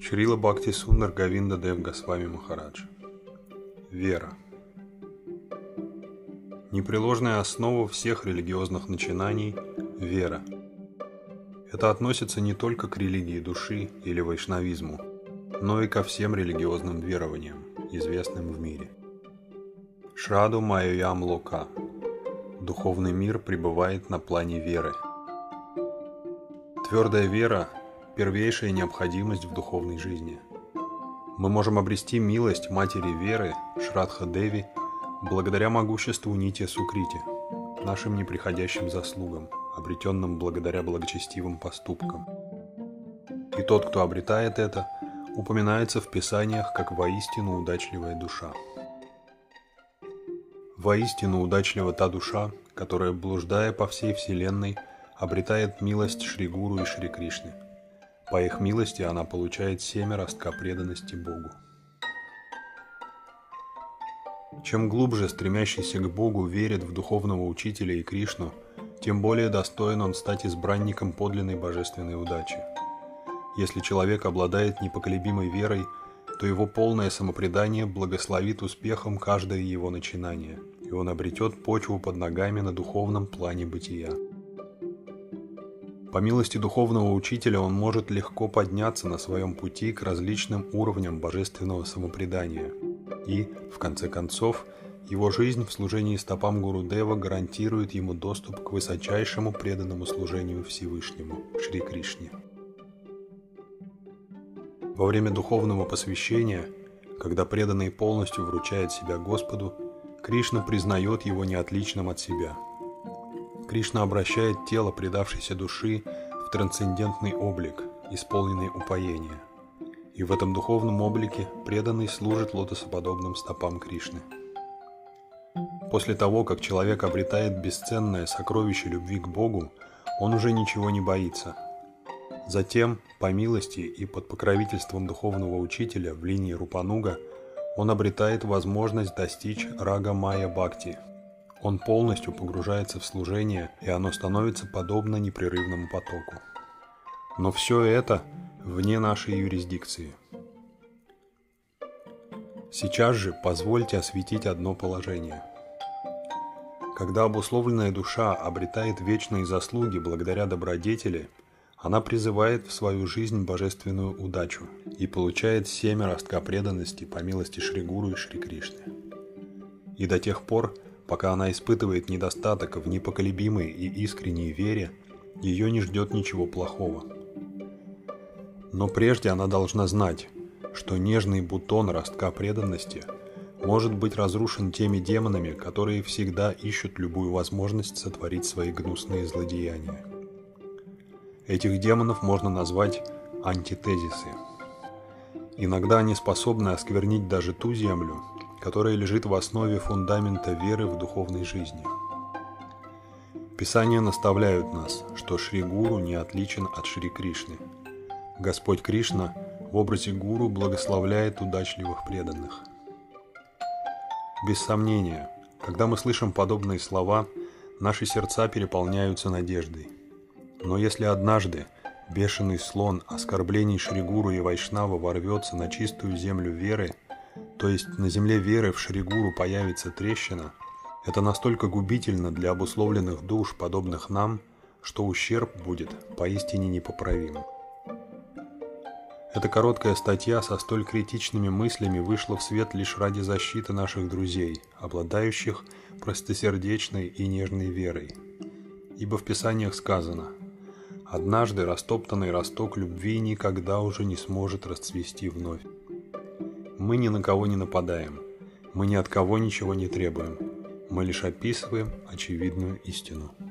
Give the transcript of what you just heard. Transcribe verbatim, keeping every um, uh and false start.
Шрила Бхакти Сундар Говинда Дев Госвами Махарадж. Вера. Непреложная основа всех религиозных начинаний – вера. Это относится не только к религии души или вайшнавизму, но и ко всем религиозным верованиям, известным в мире. Шраду Майоям Лока. Духовный мир пребывает на плане веры. Твердая вера – первейшая необходимость в духовной жизни. Мы можем обрести милость Матери Веры, Шрадха Деви, благодаря могуществу Нитья Сукрити, нашим неприходящим заслугам, обретенным благодаря благочестивым поступкам. И тот, кто обретает это, упоминается в Писаниях как воистину удачливая душа. Воистину удачлива та душа, которая, блуждая по всей Вселенной, обретает милость Шри Гуру и Шри Кришны. По их милости она получает семя ростка преданности Богу. Чем глубже стремящийся к Богу верит в духовного учителя и Кришну, тем более достоин он стать избранником подлинной божественной удачи. Если человек обладает непоколебимой верой, то его полное самопредание благословит успехом каждое его начинание, и он обретет почву под ногами на духовном плане бытия. По милости духовного учителя он может легко подняться на своем пути к различным уровням божественного самопредания. И, в конце концов, его жизнь в служении стопам Гурудева гарантирует ему доступ к высочайшему преданному служению Всевышнему, Шри Кришне. Во время духовного посвящения, когда преданный полностью вручает себя Господу, Кришна признает его неотличным от себя. Кришна обращает тело предавшейся души в трансцендентный облик, исполненный упоения. И в этом духовном облике преданный служит лотосоподобным стопам Кришны. После того, как человек обретает бесценное сокровище любви к Богу, он уже ничего не боится. Затем, по милости и под покровительством духовного учителя в линии Рупануга, он обретает возможность достичь рага Майя Бхакти. Он полностью погружается в служение, и оно становится подобно непрерывному потоку. Но все это вне нашей юрисдикции. Сейчас же позвольте осветить одно положение. Когда обусловленная душа обретает вечные заслуги благодаря добродетели, она призывает в свою жизнь божественную удачу и получает семя ростка преданности по милости Шри Гуру и Шри Кришны. И до тех пор, пока она испытывает недостаток в непоколебимой и искренней вере, ее не ждет ничего плохого. Но прежде она должна знать, что нежный бутон ростка преданности может быть разрушен теми демонами, которые всегда ищут любую возможность сотворить свои гнусные злодеяния. Этих демонов можно назвать антитезисы. Иногда они способны осквернить даже ту землю, которая лежит в основе фундамента веры в духовной жизни. Писания наставляют нас, что Шри Гуру не отличен от Шри Кришны. Господь Кришна в образе Гуру благословляет удачливых преданных. Без сомнения, когда мы слышим подобные слова, наши сердца переполняются надеждой. Но если однажды бешеный слон оскорблений Шри Гуру и Вайшнава ворвется на чистую землю веры, то есть на земле веры в Шри Гуру появится трещина, это настолько губительно для обусловленных душ, подобных нам, что ущерб будет поистине непоправим. Эта короткая статья со столь критичными мыслями вышла в свет лишь ради защиты наших друзей, обладающих простосердечной и нежной верой. Ибо в Писаниях сказано: «Однажды растоптанный росток любви никогда уже не сможет расцвести вновь». Мы ни на кого не нападаем, мы ни от кого ничего не требуем, мы лишь описываем очевидную истину.